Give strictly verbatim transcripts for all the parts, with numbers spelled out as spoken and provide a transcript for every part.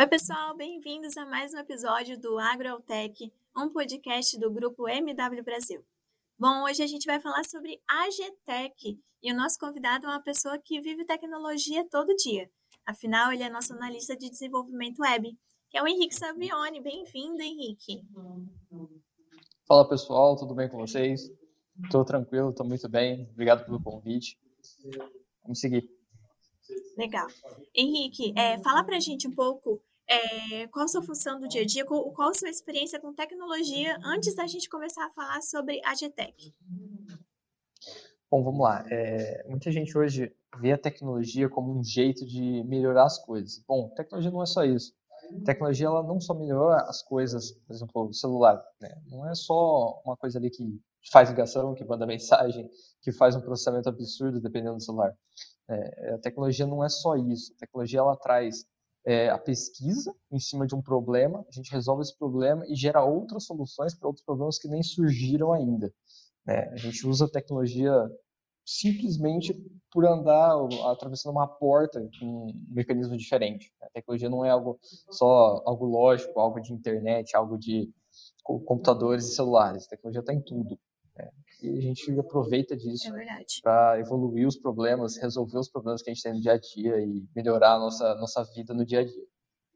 Oi, pessoal, bem-vindos a mais um episódio do AgroAutech, um podcast do grupo M W Brasil. Bom, hoje a gente vai falar sobre A G Tech e o nosso convidado é uma pessoa que vive tecnologia todo dia. Afinal, ele é nosso analista de desenvolvimento web, que é o Henrique Savione. Bem-vindo, Henrique. Fala, pessoal, tudo bem com vocês? Estou tranquilo, estou muito bem. Obrigado pelo convite. Vamos seguir. Legal. Henrique, é, fala pra gente um pouco é, qual a sua função do dia a dia, qual, qual a sua experiência com tecnologia antes da gente começar a falar sobre a G Tech. Bom, vamos lá. É, muita gente hoje vê a tecnologia como um jeito de melhorar as coisas. Bom, tecnologia não é só isso. A tecnologia ela não só melhora as coisas, por exemplo, o celular, né? Não é só uma coisa ali que faz ligação, que manda mensagem, que faz um processamento absurdo dependendo do celular. É, a tecnologia não é só isso. A tecnologia ela traz é, a pesquisa em cima de um problema, a gente resolve esse problema e gera outras soluções para outros problemas que nem surgiram ainda. Né? A gente usa a tecnologia simplesmente por andar atravessando uma porta com um mecanismo diferente. A tecnologia não é algo só algo lógico, algo de internet, algo de computadores e celulares. A tecnologia está em tudo. Né? E a gente aproveita disso É para evoluir os problemas, resolver os problemas que a gente tem no dia a dia e melhorar a nossa, nossa vida no dia a dia.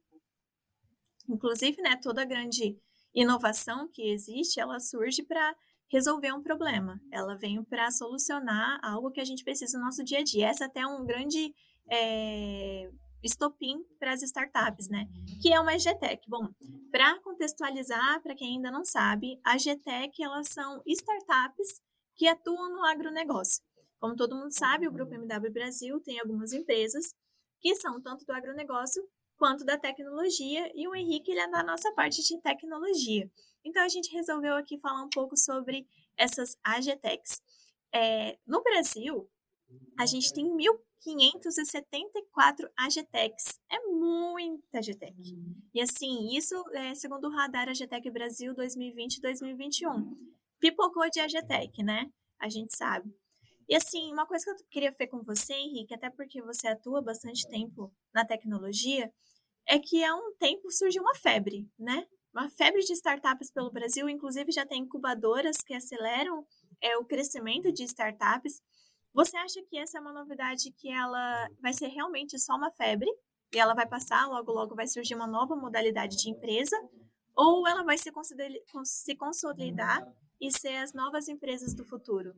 Inclusive, né, toda grande inovação que existe, ela surge para resolver um problema. Ela vem para solucionar algo que a gente precisa no nosso dia a dia. Essa até é um grande é, estopim para as startups, né? Que é uma G Tech. Bom, para contextualizar, para quem ainda não sabe, a G Tech, elas são startups que atuam no agronegócio. Como todo mundo sabe, o Grupo M W Brasil tem algumas empresas que são tanto do agronegócio quanto da tecnologia, e o Henrique ele é da nossa parte de tecnologia. Então, a gente resolveu aqui falar um pouco sobre essas A G Techs. É, no Brasil, a gente tem mil quinhentos e setenta e quatro A G Techs. É muita A G Tech. E assim, isso é segundo o Radar A G Tech Brasil dois mil e vinte e dois mil e vinte e um. Pipocou de A G Tech, né? A gente sabe. E assim, uma coisa que eu queria ver com você, Henrique, até porque você atua bastante tempo na tecnologia, é que há um tempo surgiu uma febre, né? Uma febre de startups pelo Brasil, inclusive já tem incubadoras que aceleram é, o crescimento de startups. Você acha que essa é uma novidade que ela vai ser realmente só uma febre e ela vai passar, logo logo vai surgir uma nova modalidade de empresa? Ou ela vai se, se consolidar e ser as novas empresas do futuro?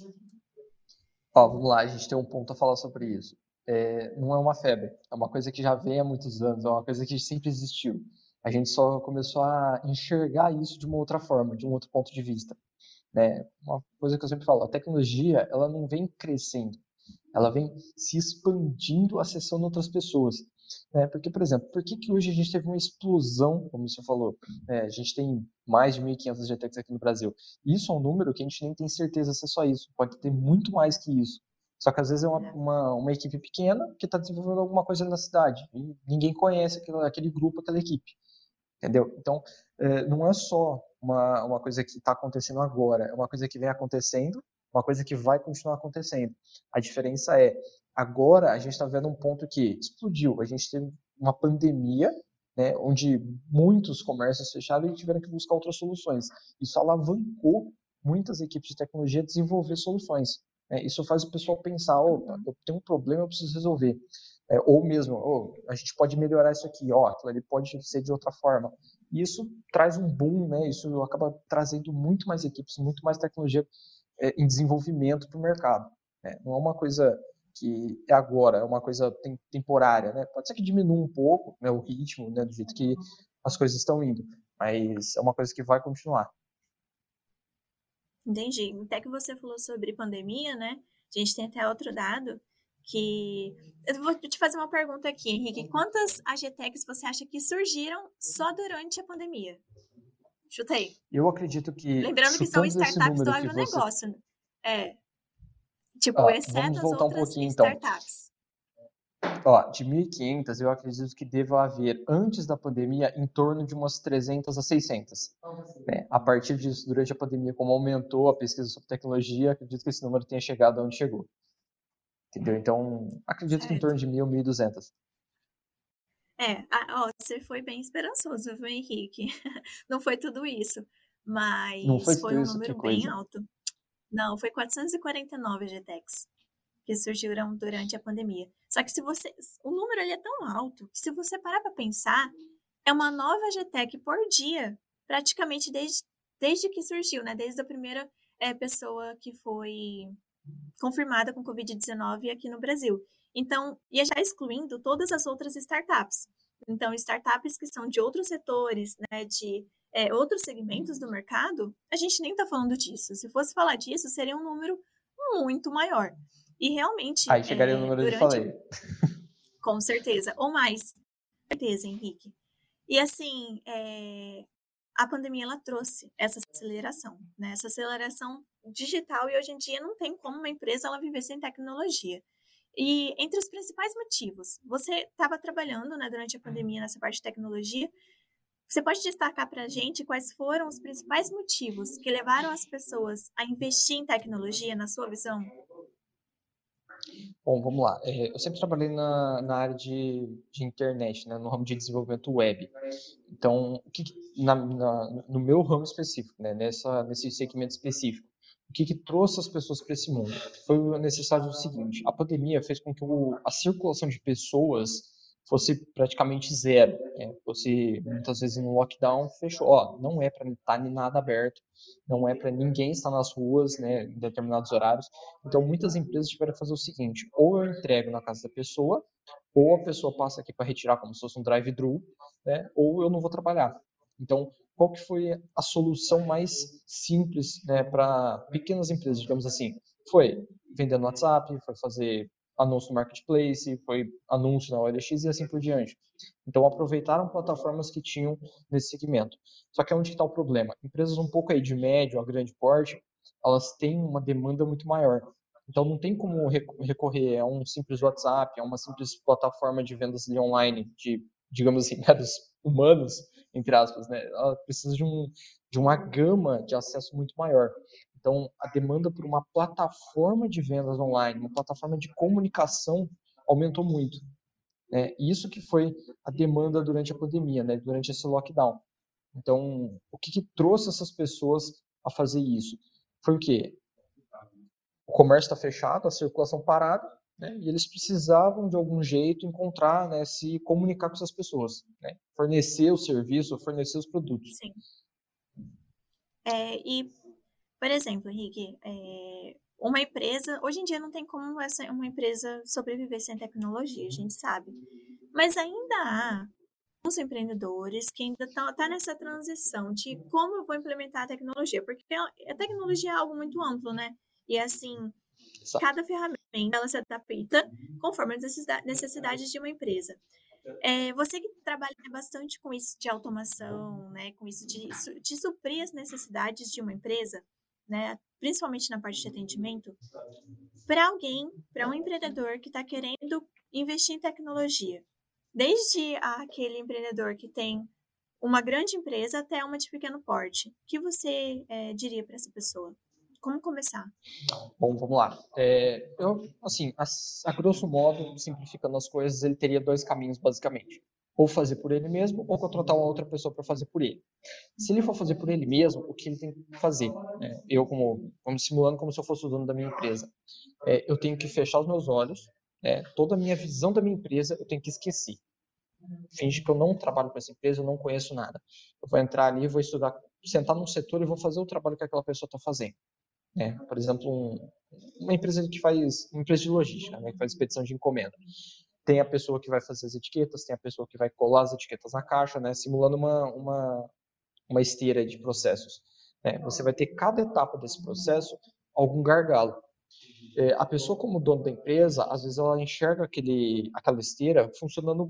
Ó, vamos lá, a gente tem um ponto a falar sobre isso. É, não é uma febre, é uma coisa que já vem há muitos anos, é uma coisa que sempre existiu. A gente só começou a enxergar isso de uma outra forma, de um outro ponto de vista. Né? Uma coisa que eu sempre falo, a tecnologia ela não vem crescendo, ela vem se expandindo, acessando outras pessoas. Né? Porque, por exemplo, por que, que hoje a gente teve uma explosão, como você falou, é, a gente tem mais de mil e quinhentos G Techs aqui no Brasil. Isso é um número que a gente nem tem certeza se é só isso, pode ter muito mais que isso. Só que às vezes é uma, uma, uma equipe pequena que está desenvolvendo alguma coisa na cidade e ninguém conhece aquele, aquele grupo, aquela equipe. Entendeu? Então, é, não é só uma, uma coisa que está acontecendo agora, é uma coisa que vem acontecendo, uma coisa que vai continuar acontecendo. A diferença é, agora a gente está vendo um ponto que explodiu, a gente teve uma pandemia, né, onde muitos comércios fecharam e tiveram que buscar outras soluções. Isso alavancou muitas equipes de tecnologia a desenvolver soluções. Né? Isso faz o pessoal pensar, opa, eu tenho um problema, eu preciso resolver. É, ou mesmo, oh, a gente pode melhorar isso aqui, ó, aquilo ali pode ser de outra forma. E isso traz um boom, né? Isso acaba trazendo muito mais equipes, muito mais tecnologia é, em desenvolvimento para o mercado. Né? Não é uma coisa que é agora, é uma coisa tem, temporária, né? Pode ser que diminua um pouco, né, o ritmo, né, do jeito que as coisas estão indo, mas é uma coisa que vai continuar. Entendi. Até que você falou sobre pandemia, né? A gente tem até outro dado que... Eu vou te fazer uma pergunta aqui, Henrique. Quantas A G Techs você acha que surgiram só durante a pandemia? Chuta aí. Eu acredito que, Lembrando que são chutando esse startups do número que você... agronegócio. É. Tipo, Ah, exceto vamos as voltar um outras pouquinho então. startups. Ó, de mil e quinhentas, eu acredito que deva haver, antes da pandemia, em torno de umas trezentas a seiscentas. Né? A partir disso, durante a pandemia, como aumentou a pesquisa sobre tecnologia, acredito que esse número tenha chegado onde chegou. Entendeu? Então, acredito que em Certo. torno de mil, mil e duzentas. É, a ó, você foi bem esperançoso, viu, Henrique. Não foi tudo isso, Não foi mas foi tudo um isso, que número bem coisa. alto. Não, foi quatrocentos e quarenta e nove GTECs que surgiram durante a pandemia. Só que se você o número ele é tão alto que se você parar para pensar, é uma nova GTEC por dia, praticamente desde desde que surgiu, né, desde a primeira, eh, pessoa que foi confirmada com covid dezenove aqui no Brasil. Então, e já excluindo todas as outras startups. Então, startups que são de outros setores, né, de é, outros segmentos do mercado, a gente nem está falando disso. Se fosse falar disso, seria um número muito maior. E realmente, Aí chegaria o é, número que eu durante, falei. com certeza, ou mais, com certeza, Henrique. E assim, é, a pandemia ela trouxe essa aceleração, né? Essa aceleração digital e hoje em dia não tem como uma empresa ela viver sem tecnologia. E entre os principais motivos, você estava trabalhando, né, durante a pandemia nessa parte de tecnologia. Você pode destacar para a gente quais foram os principais motivos que levaram as pessoas a investir em tecnologia, na sua visão? Bom, vamos lá. É, eu sempre trabalhei na, na área de, de internet, né, no ramo de desenvolvimento web. Então, o que, que- na, na- no meu ramo específico, né, nessa, nesse segmento específico, o que, que trouxe as pessoas para esse mundo? Foi o necessário do seguinte: a pandemia fez com que o, a circulação de pessoas fosse praticamente zero, né? Fosse muitas vezes no lockdown, fechou. Ó, não é para estar nada aberto, não é para ninguém estar nas ruas, né, em determinados horários. Então, muitas empresas tiveram que fazer o seguinte: ou eu entrego na casa da pessoa, ou a pessoa passa aqui para retirar como se fosse um drive-thru, né? Ou eu não vou trabalhar. Então, qual que foi a solução mais simples, né, para pequenas empresas, digamos assim? Foi vender no WhatsApp, foi fazer anúncio no Marketplace, foi anúncio na O L X e assim por diante. Então, aproveitaram plataformas que tinham nesse segmento. Só que onde está o problema? Empresas um pouco aí de médio a grande porte, elas têm uma demanda muito maior. Então, não tem como recorrer a um simples WhatsApp, a uma simples plataforma de vendas online, de, digamos assim, meros humanos, entre aspas, né? Ela precisa de, um, de uma gama de acesso muito maior. Então, a demanda por uma plataforma de vendas online, uma plataforma de comunicação, aumentou muito. Né? E isso que foi a demanda durante a pandemia, né? Durante esse lockdown. Então, o que, que trouxe essas pessoas a fazer isso? Foi o quê? O comércio está fechado, a circulação parada, né? E eles precisavam de algum jeito encontrar, né, se comunicar com essas pessoas, né? Fornecer o serviço, fornecer os produtos. Sim. É, e, por exemplo, Henrique, é, uma empresa, hoje em dia não tem como essa, uma empresa sobreviver sem tecnologia, a gente sabe. Mas ainda há os empreendedores que ainda estão tá nessa transição de como eu vou implementar a tecnologia, porque a tecnologia é algo muito amplo, né? E assim, Exato. cada ferramenta ela se adapta conforme as necessidades de uma empresa. É, você que trabalha bastante com isso de automação, né, com isso de, de suprir as necessidades de uma empresa, né, principalmente na parte de atendimento, para alguém, para um empreendedor que está querendo investir em tecnologia, desde aquele empreendedor que tem uma grande empresa até uma de pequeno porte, o que você é, diria para essa pessoa? Como começar? Bom, vamos lá. É, eu, assim, a, a grosso modo, simplificando as coisas, ele teria dois caminhos, basicamente. Ou fazer por ele mesmo, ou contratar uma outra pessoa para fazer por ele. Se ele for fazer por ele mesmo, o que ele tem que fazer? Né? Eu, como, vamos simulando como se eu fosse o dono da minha empresa. É, eu tenho que fechar os meus olhos, né? Toda a minha visão da minha empresa eu tenho que esquecer. Finge que eu não trabalho para essa empresa, eu não conheço nada. Eu vou entrar ali, vou estudar, sentar num setor e vou fazer o trabalho que aquela pessoa está fazendo. Né? Por exemplo, um, uma empresa que faz, uma empresa de logística, né? Que faz expedição de encomenda. Tem a pessoa que vai fazer as etiquetas, tem a pessoa que vai colar as etiquetas na caixa, né? Simulando uma, uma, uma esteira de processos. Né? Você vai ter cada etapa desse processo algum gargalo. É, a pessoa como dono da empresa, às vezes ela enxerga aquele, aquela esteira funcionando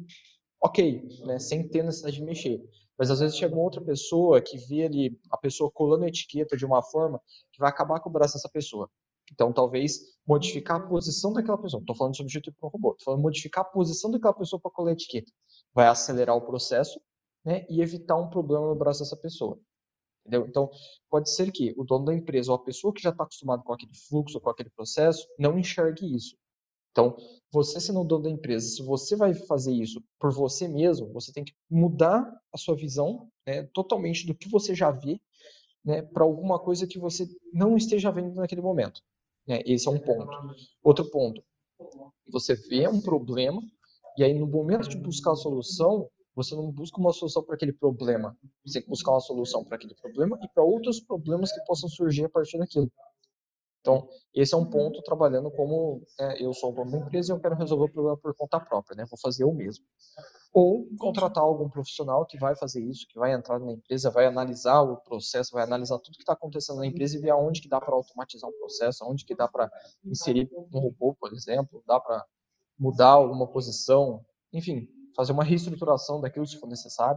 ok, né, sem ter necessidade de mexer. Mas às vezes chega uma outra pessoa que vê ali a pessoa colando a etiqueta de uma forma que vai acabar com o braço dessa pessoa. Então, talvez modificar a posição daquela pessoa. Estou falando de substituir para um robô. Estou falando de modificar a posição daquela pessoa para colar a etiqueta. Vai acelerar o processo, né, e evitar um problema no braço dessa pessoa. Entendeu? Então, pode ser que o dono da empresa ou a pessoa que já está acostumada com aquele fluxo, com aquele processo, não enxergue isso. Então, você sendo o dono da empresa, se você vai fazer isso por você mesmo, você tem que mudar a sua visão, né, totalmente do que você já vê, né, para alguma coisa que você não esteja vendo naquele momento. Né? Esse é um ponto. Outro ponto, você vê um problema e aí no momento de buscar a solução, você não busca uma solução para aquele problema, você tem que buscar uma solução para aquele problema e para outros problemas que possam surgir a partir daquilo. Então, esse é um ponto trabalhando como é, eu sou o dono da empresa e eu quero resolver o problema por conta própria, né? Vou fazer eu mesmo. Ou Entendi. contratar algum profissional que vai fazer isso, que vai entrar na empresa, vai analisar o processo, vai analisar tudo que está acontecendo na empresa e ver aonde que dá para automatizar um processo, aonde que dá para inserir um robô, por exemplo, dá para mudar alguma posição, enfim, fazer uma reestruturação daquilo se for necessário.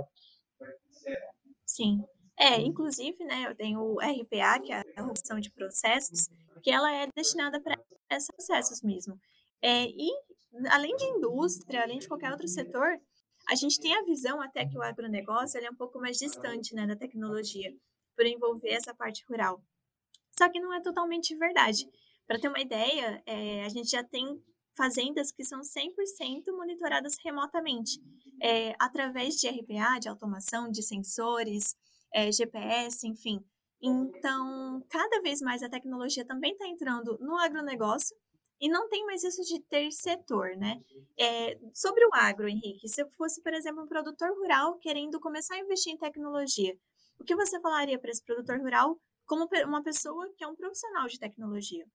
Sim. É, inclusive, né, eu tenho o R P A, que é a redução de processos, que ela é destinada para esses processos mesmo. É, e, além de indústria, além de qualquer outro setor, a gente tem a visão até que o agronegócio ele é um pouco mais distante, né, da tecnologia, por envolver essa parte rural. Só que não é totalmente verdade. Para ter uma ideia, é, a gente já tem fazendas que são cem por cento monitoradas remotamente, é, através de R P A, de automação, de sensores, é, G P S, enfim. Então, cada vez mais a tecnologia também está entrando no agronegócio e não tem mais isso de ter setor, né? É, sobre o agro, Henrique, se eu fosse, por exemplo, um produtor rural querendo começar a investir em tecnologia, o que você falaria para esse produtor rural como uma pessoa que é um profissional de tecnologia?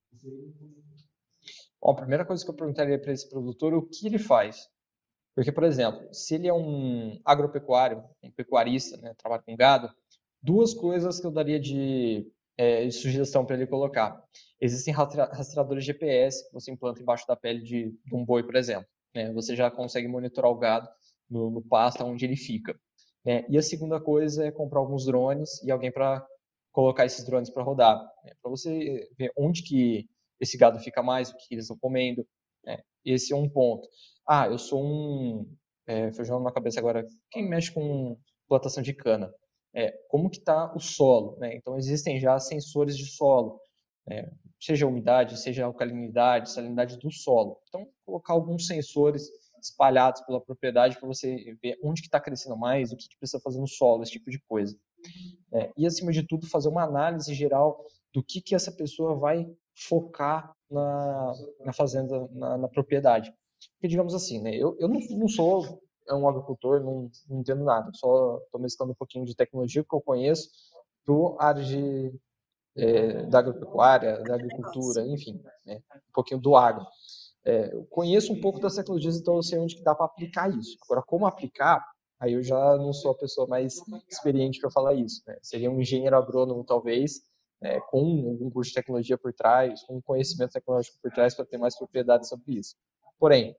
Bom, a primeira coisa que eu perguntaria para esse produtor é o que ele faz. Porque, por exemplo, se ele é um agropecuário, um pecuarista, né, trabalha com gado, duas coisas que eu daria de, é, de sugestão para ele colocar. Existem rastreadores G P S que você implanta embaixo da pele de, de um boi, por exemplo. Né? Você já consegue monitorar o gado no, no pasto onde ele fica. Né? E a segunda coisa é comprar alguns drones e alguém para colocar esses drones para rodar, né? Para você ver onde que esse gado fica mais, o que eles estão comendo. Né? Esse é um ponto. Ah, eu sou um... É, fugiu na minha cabeça agora. Quem mexe com plantação de cana? É, como que está o solo, né? Então existem já sensores de solo, né? Seja a umidade, seja a alcalinidade, salinidade do solo. Então colocar alguns sensores espalhados pela propriedade para você ver onde que está crescendo mais, o que, que precisa fazer no solo, esse tipo de coisa. É, e acima de tudo fazer uma análise geral do que que essa pessoa vai focar na, na fazenda, na, na propriedade. Porque digamos assim, né? Eu, eu não, não sou um agricultor, não, não entendo nada, só estou mesclando um pouquinho de tecnologia que eu conheço para a área de, é, da agropecuária, da agricultura, Negócio. enfim, né, um pouquinho do agro. É, eu conheço um pouco das tecnologias, então eu sei onde que dá para aplicar isso. Agora, como aplicar, aí eu já não sou a pessoa mais experiente para falar isso. Né? Seria um engenheiro agrônomo, talvez, né, com um curso de tecnologia por trás, com um conhecimento tecnológico por trás para ter mais propriedade sobre isso. Porém,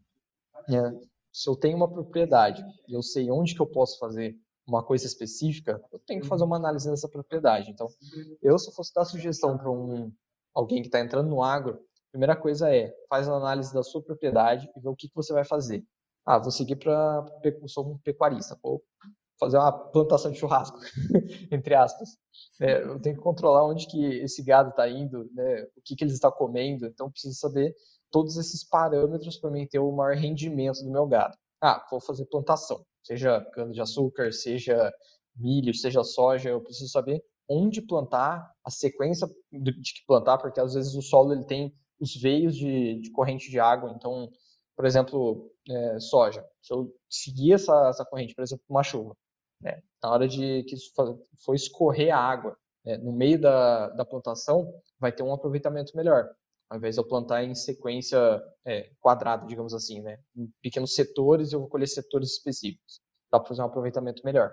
né, se eu tenho uma propriedade e eu sei onde que eu posso fazer uma coisa específica, eu tenho que fazer uma análise dessa propriedade. Então, eu se eu fosse dar sugestão para um, alguém que está entrando no agro, a primeira coisa é, faz a análise da sua propriedade e vê o que, que você vai fazer. Ah, vou seguir para, sou um pecuarista, vou fazer uma plantação de churrasco, entre aspas. É, eu tenho que controlar onde que esse gado está indo, né, o que, que eles estão comendo, então preciso saber todos esses parâmetros para mim ter o maior rendimento do meu gado. Ah, vou fazer plantação, seja cana-de-açúcar, seja milho, seja soja, eu preciso saber onde plantar, a sequência de que plantar, porque às vezes o solo ele tem os veios de, de corrente de água, então, por exemplo, é, soja, se eu seguir essa, essa corrente, por exemplo, uma chuva, né, na hora de que isso for escorrer a água, né, no meio da, da plantação, vai ter um aproveitamento melhor ao invés de eu plantar em sequência é, quadrada, digamos assim, né? Em pequenos setores, eu vou colher setores específicos. Dá para fazer um aproveitamento melhor.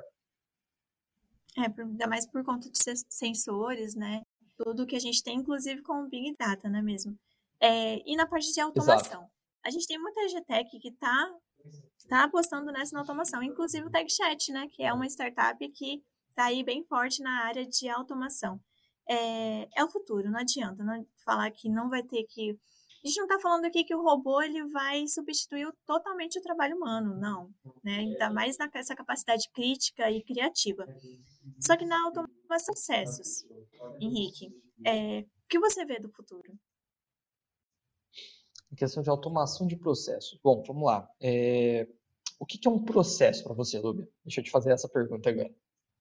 É, ainda mais por conta de sensores, né? Tudo que a gente tem, inclusive com o Big Data, não é mesmo? É, e na parte de Exato. automação. A gente tem muita G Tech que está tá apostando nessa automação, inclusive o TechChat, né? Que é uma startup que está aí bem forte na área de automação. É, é o futuro, não adianta não falar que não vai ter que... A gente não está falando aqui que o robô ele vai substituir totalmente o trabalho humano, não. Né? Ainda mais nessa capacidade crítica e criativa. Só que na automação de processos, Henrique, é, o que você vê do futuro? Em questão de automação de processos. Bom, vamos lá. É... O que é um processo para você, Lúbia? Deixa eu te fazer essa pergunta agora.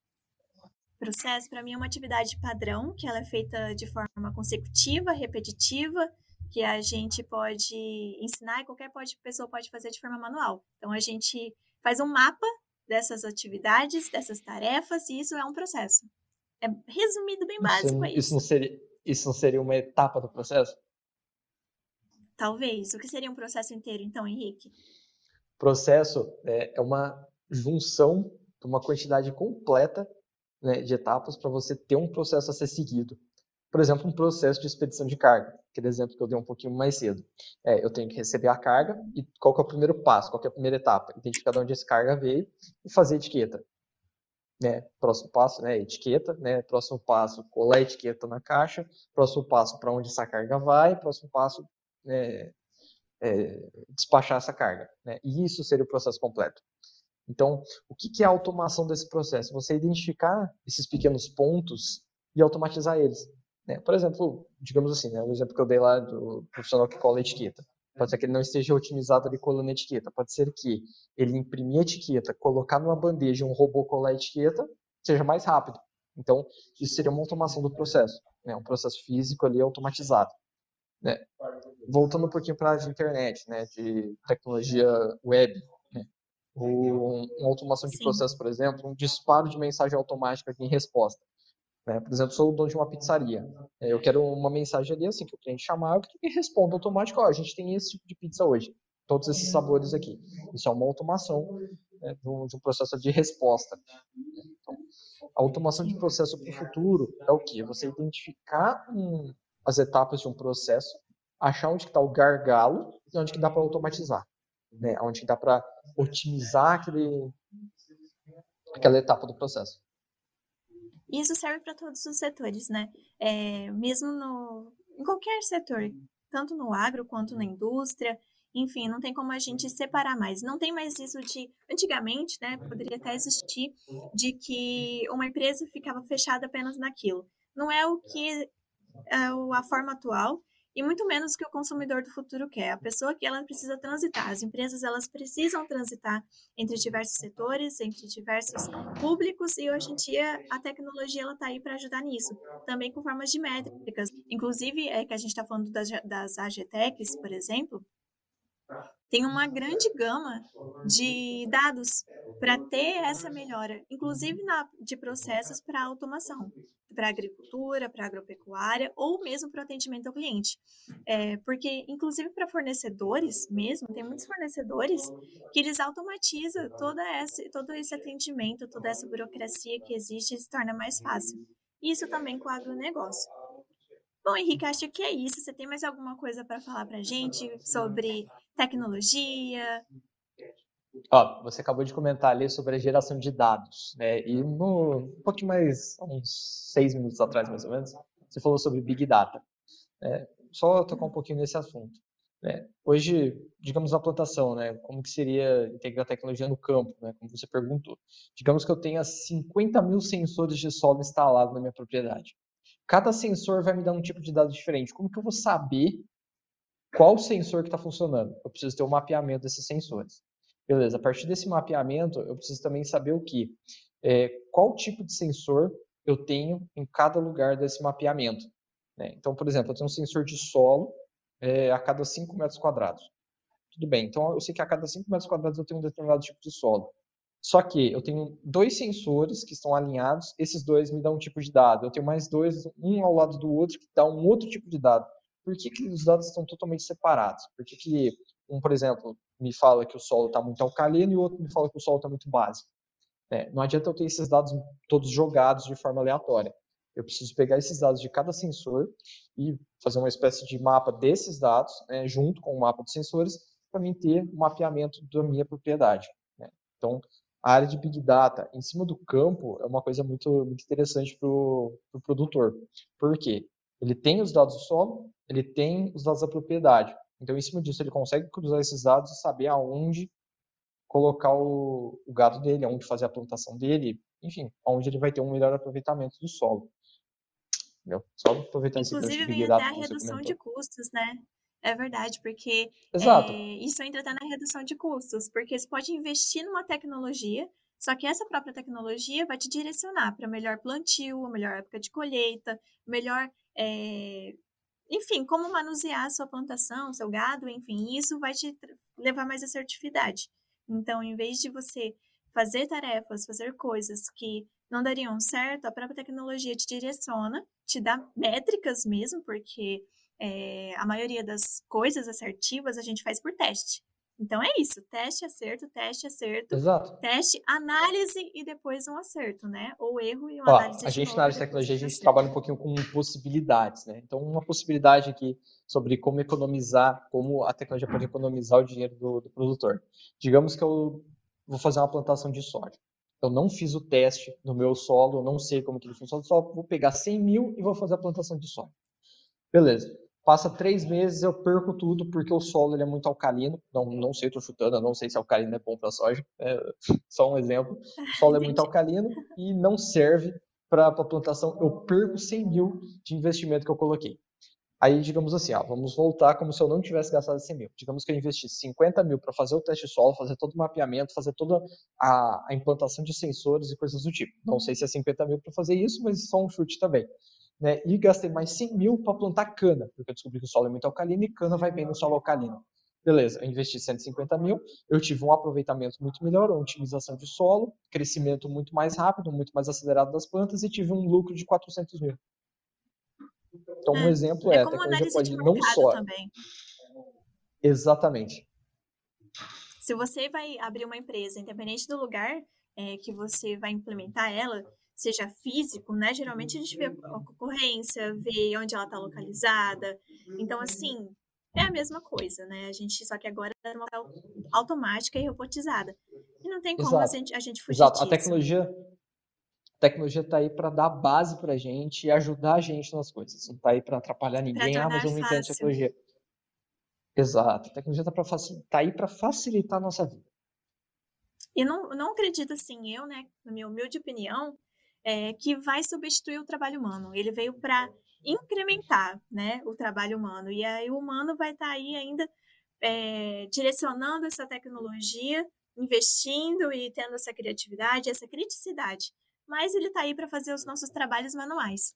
Processo, para mim, é uma atividade padrão, que ela é feita de forma consecutiva, repetitiva, que a gente pode ensinar e qualquer pode, pessoa pode fazer de forma manual. Então, a gente faz um mapa dessas atividades, dessas tarefas, e isso é um processo. É resumido, bem Isso, básico, é isso, isso. não seria, isso não seria uma etapa do processo? Talvez. O que seria um processo inteiro, então, Henrique? Processo é, é uma junção de uma quantidade completa, né, de etapas para você ter um processo a ser seguido. Por exemplo, um processo de expedição de carga, aquele exemplo que eu dei um pouquinho mais cedo. É, eu tenho que receber a carga e qual que é o primeiro passo, qual que é a primeira etapa? Identificar de onde essa carga veio e fazer a etiqueta. Né? Próximo passo, né, etiqueta. Né? Próximo passo, colar a etiqueta na caixa. Próximo passo, para onde essa carga vai. Próximo passo, né, é, despachar essa carga. Né? E isso seria o processo completo. Então, o que é a automação desse processo? Você identificar esses pequenos pontos e automatizar eles. Né? Por exemplo, digamos assim, né, o exemplo que eu dei lá do profissional que cola a etiqueta. Pode ser que ele não esteja otimizado ali colando a etiqueta. Pode ser que ele imprimir a etiqueta, colocar numa bandeja e um robô colar a etiqueta, seja mais rápido. Então, isso seria uma automação do processo. Né? Um processo físico ali automatizado. Né? Voltando um pouquinho para a internet, né, de tecnologia web, né? Ou uma automação de Sim. processo, por exemplo, um disparo de mensagem automática em resposta. Né? Por exemplo, sou o dono de uma pizzaria. Eu quero uma mensagem ali, assim, que o cliente chamar, eu quero que responda automático, ó, a gente tem esse tipo de pizza hoje, todos esses sabores aqui. Isso é uma automação, né, de, um, de um processo de resposta. Então, a automação de processo para o futuro é o quê? Você identificar um, as etapas de um processo, achar onde está o gargalo e onde que dá para automatizar. Né? Onde que dá para otimizar aquele, aquela etapa do processo. Isso serve para todos os setores, né? É, mesmo no, em qualquer setor, tanto no agro quanto na indústria, enfim, não tem como a gente separar mais. Não tem mais isso de, antigamente, né, poderia até existir, de que uma empresa ficava fechada apenas naquilo. Não é o que é a forma atual e muito menos o que o consumidor do futuro quer. A pessoa que ela precisa transitar, as empresas elas precisam transitar entre diversos setores, entre diversos públicos e hoje em dia a tecnologia ela está aí para ajudar nisso, também com formas de métricas. Inclusive, é que a gente está falando das, das A G Techs, por exemplo, tem uma grande gama de dados para ter essa melhora, inclusive na, de processos para automação, para agricultura, para agropecuária ou mesmo para atendimento ao cliente. É, porque, inclusive, para fornecedores mesmo, tem muitos fornecedores que eles automatizam toda esse, todo esse atendimento, toda essa burocracia que existe e se torna mais fácil. Isso também com o agronegócio. Bom, Henrique, acho que é isso. Você tem mais alguma coisa para falar para a gente sobre tecnologia? Ó, você acabou de comentar ali sobre a geração de dados, né? E no, um pouquinho mais, uns seis minutos atrás, mais ou menos, você falou sobre Big Data. Né? Só tocar um pouquinho nesse assunto. Né? Hoje, digamos na plantação, né? Como que seria integrar tecnologia no campo, né? Como você perguntou. Digamos que eu tenha cinquenta mil sensores de solo instalados na minha propriedade. Cada sensor vai me dar um tipo de dado diferente. Como que eu vou saber qual sensor que está funcionando? Eu preciso ter um mapeamento desses sensores. Beleza, a partir desse mapeamento, eu preciso também saber o que? É, qual tipo de sensor eu tenho em cada lugar desse mapeamento. Né? Então, por exemplo, eu tenho um sensor de solo é, a cada cinco metros quadrados. Tudo bem, então eu sei que a cada cinco metros quadrados eu tenho um determinado tipo de solo. Só que eu tenho dois sensores que estão alinhados, esses dois me dão um tipo de dado. Eu tenho mais dois, um ao lado do outro, que dá um outro tipo de dado. Por que, que os dados estão totalmente separados? Por que, que um, por exemplo, me fala que o solo está muito alcalino e o outro me fala que o solo está muito básico? É, não adianta eu ter esses dados todos jogados de forma aleatória. Eu preciso pegar esses dados de cada sensor e fazer uma espécie de mapa desses dados, né, junto com o mapa dos sensores, para mim ter um mapeamento da minha propriedade. Né? Então, a área de Big Data em cima do campo é uma coisa muito, muito interessante para o pro produtor. Por quê? Ele tem os dados do solo, ele tem os dados da propriedade. Então, em cima disso, ele consegue cruzar esses dados e saber aonde colocar o, o gado dele, aonde fazer a plantação dele, enfim, aonde ele vai ter um melhor aproveitamento do solo. Entendeu? Só aproveitar esse gancho Inclusive, de vem Big até Data a que você redução de comentou. custos, né? É verdade, porque, Exato, eh, isso entra até na redução de custos, porque você pode investir numa tecnologia, só que essa própria tecnologia vai te direcionar para melhor plantio, melhor época de colheita, melhor, eh, enfim, como manusear a sua plantação, seu gado, enfim, isso vai te tra levar mais assertividade. Então, em vez de você fazer tarefas, fazer coisas que não dariam certo, a própria tecnologia te direciona, te dá métricas mesmo, porque eh, a maioria das coisas assertivas a gente faz por teste. Então é isso, teste, acerto, teste, acerto, exato. teste, análise e depois um acerto, né? Ou erro e uma Ó, análise a de gente na novo área e de depois tecnologia, a um gente acerto. trabalha um pouquinho com possibilidades, né? Então, uma possibilidade aqui sobre como economizar, como a tecnologia pode economizar o dinheiro do, do produtor. Digamos que eu vou fazer uma plantação de soja. Eu não fiz o teste no meu solo, eu não sei como que ele funciona, só vou pegar cem mil e vou fazer a plantação de soja. Beleza. Passa três meses, eu perco tudo porque o solo ele é muito alcalino. Não, não sei, estou chutando, eu não sei se alcalino é bom para soja. É só um exemplo. O solo é muito Entendi. alcalino e não serve para a plantação. Eu perco cem mil de investimento que eu coloquei. Aí, digamos assim, ó, vamos voltar como se eu não tivesse gastado cem mil. Digamos que eu investi cinquenta mil para fazer o teste de solo, fazer todo o mapeamento, fazer toda a, a implantação de sensores e coisas do tipo. Não sei se é cinquenta mil para fazer isso, mas só um chute também. Né? E gastei mais cem mil para plantar cana, porque eu descobri que o solo é muito alcalino e cana vai bem no solo alcalino. Beleza, eu investi cento e cinquenta mil, eu tive um aproveitamento muito melhor, uma otimização de solo, crescimento muito mais rápido, muito mais acelerado das plantas e tive um lucro de quatrocentos mil. Então, um exemplo É, é é, a como tecnologia análise de pode não mercado só... também. Exatamente. Se você vai abrir uma empresa, independente do lugar é, que você vai implementar ela, seja físico, né? Geralmente a gente vê a concorrência, vê onde ela está localizada. Então, assim, é a mesma coisa, né? A gente, só que agora é uma automática e robotizada. E não tem como a Exato. gente, a gente fugir Exato. A disso. tecnologia a tecnologia está aí para dar base para a gente e ajudar a gente nas coisas. Não está aí para atrapalhar Para ninguém. Ah, mas tornar eu não entendo fácil. tecnologia. Exato. A tecnologia está tá aí para facilitar a nossa vida. E não, não acredito, assim, eu, né, na minha humilde opinião, é, que vai substituir o trabalho humano. Ele veio para incrementar, né, o trabalho humano. E aí o humano vai estar aí ainda é, direcionando essa tecnologia, investindo e tendo essa criatividade, essa criticidade. Mas ele está aí para fazer os nossos trabalhos manuais.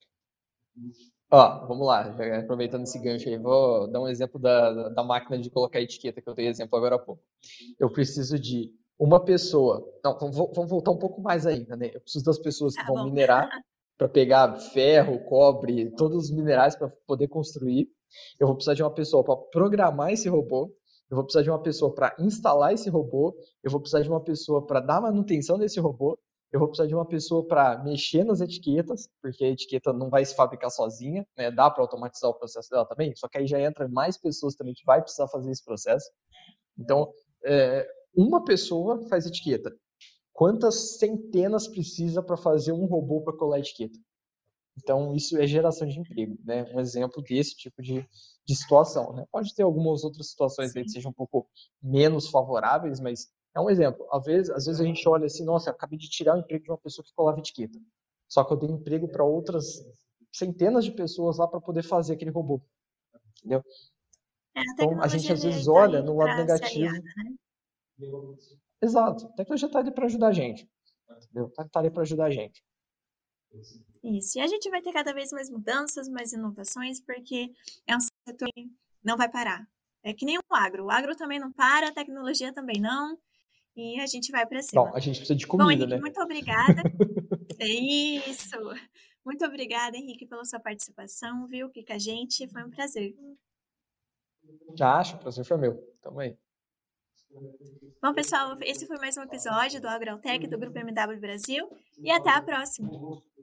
Ó, vamos lá, já aproveitando esse gancho aí, vou dar um exemplo da, da máquina de colocar etiqueta que eu dei exemplo agora há pouco. Eu preciso de uma pessoa. Não, vamos, vamos voltar um pouco mais ainda, né? Eu preciso das pessoas que Tá vão bom. minerar para pegar ferro, cobre, todos os minerais para poder construir. Eu vou precisar de uma pessoa para programar esse robô. Eu vou precisar de uma pessoa para instalar esse robô. Eu vou precisar de uma pessoa para dar manutenção desse robô. Eu vou precisar de uma pessoa para mexer nas etiquetas, porque a etiqueta não vai se fabricar sozinha, né? Dá para automatizar o processo dela também, só que aí já entra mais pessoas também que vai precisar fazer esse processo. Então, é, uma pessoa faz etiqueta. Quantas centenas precisa para fazer um robô para colar etiqueta? Então, isso é geração de emprego, né? Um exemplo desse tipo de, de situação, né? Pode ter algumas outras situações aí que Sim. sejam um pouco menos favoráveis, mas é um exemplo. Às vezes, às vezes a gente olha assim, nossa, eu acabei de tirar o emprego de uma pessoa que colava etiqueta. Só que eu dei emprego para outras centenas de pessoas lá para poder fazer aquele robô, entendeu? É, a Então, a gente tecnologia às vezes está olha aí no lado para ser aliada. negativo. Exato. A tecnologia está ali para ajudar a gente, entendeu? Está ali para ajudar a gente. Isso. E a gente vai ter cada vez mais mudanças, mais inovações, porque é um setor que não vai parar. É que nem o agro. O agro também não para, a tecnologia também não, e a gente vai para Bom, cima. a gente precisa de Bom, comida, Henrique, né? muito obrigada. É isso. Muito obrigada, Henrique, pela sua participação, viu? Aqui com a gente. Foi um prazer. Acho, o prazer foi meu. Tamo aí. Bom, pessoal, esse foi mais um episódio do AgroAutec do Grupo M W Brasil e até a próxima.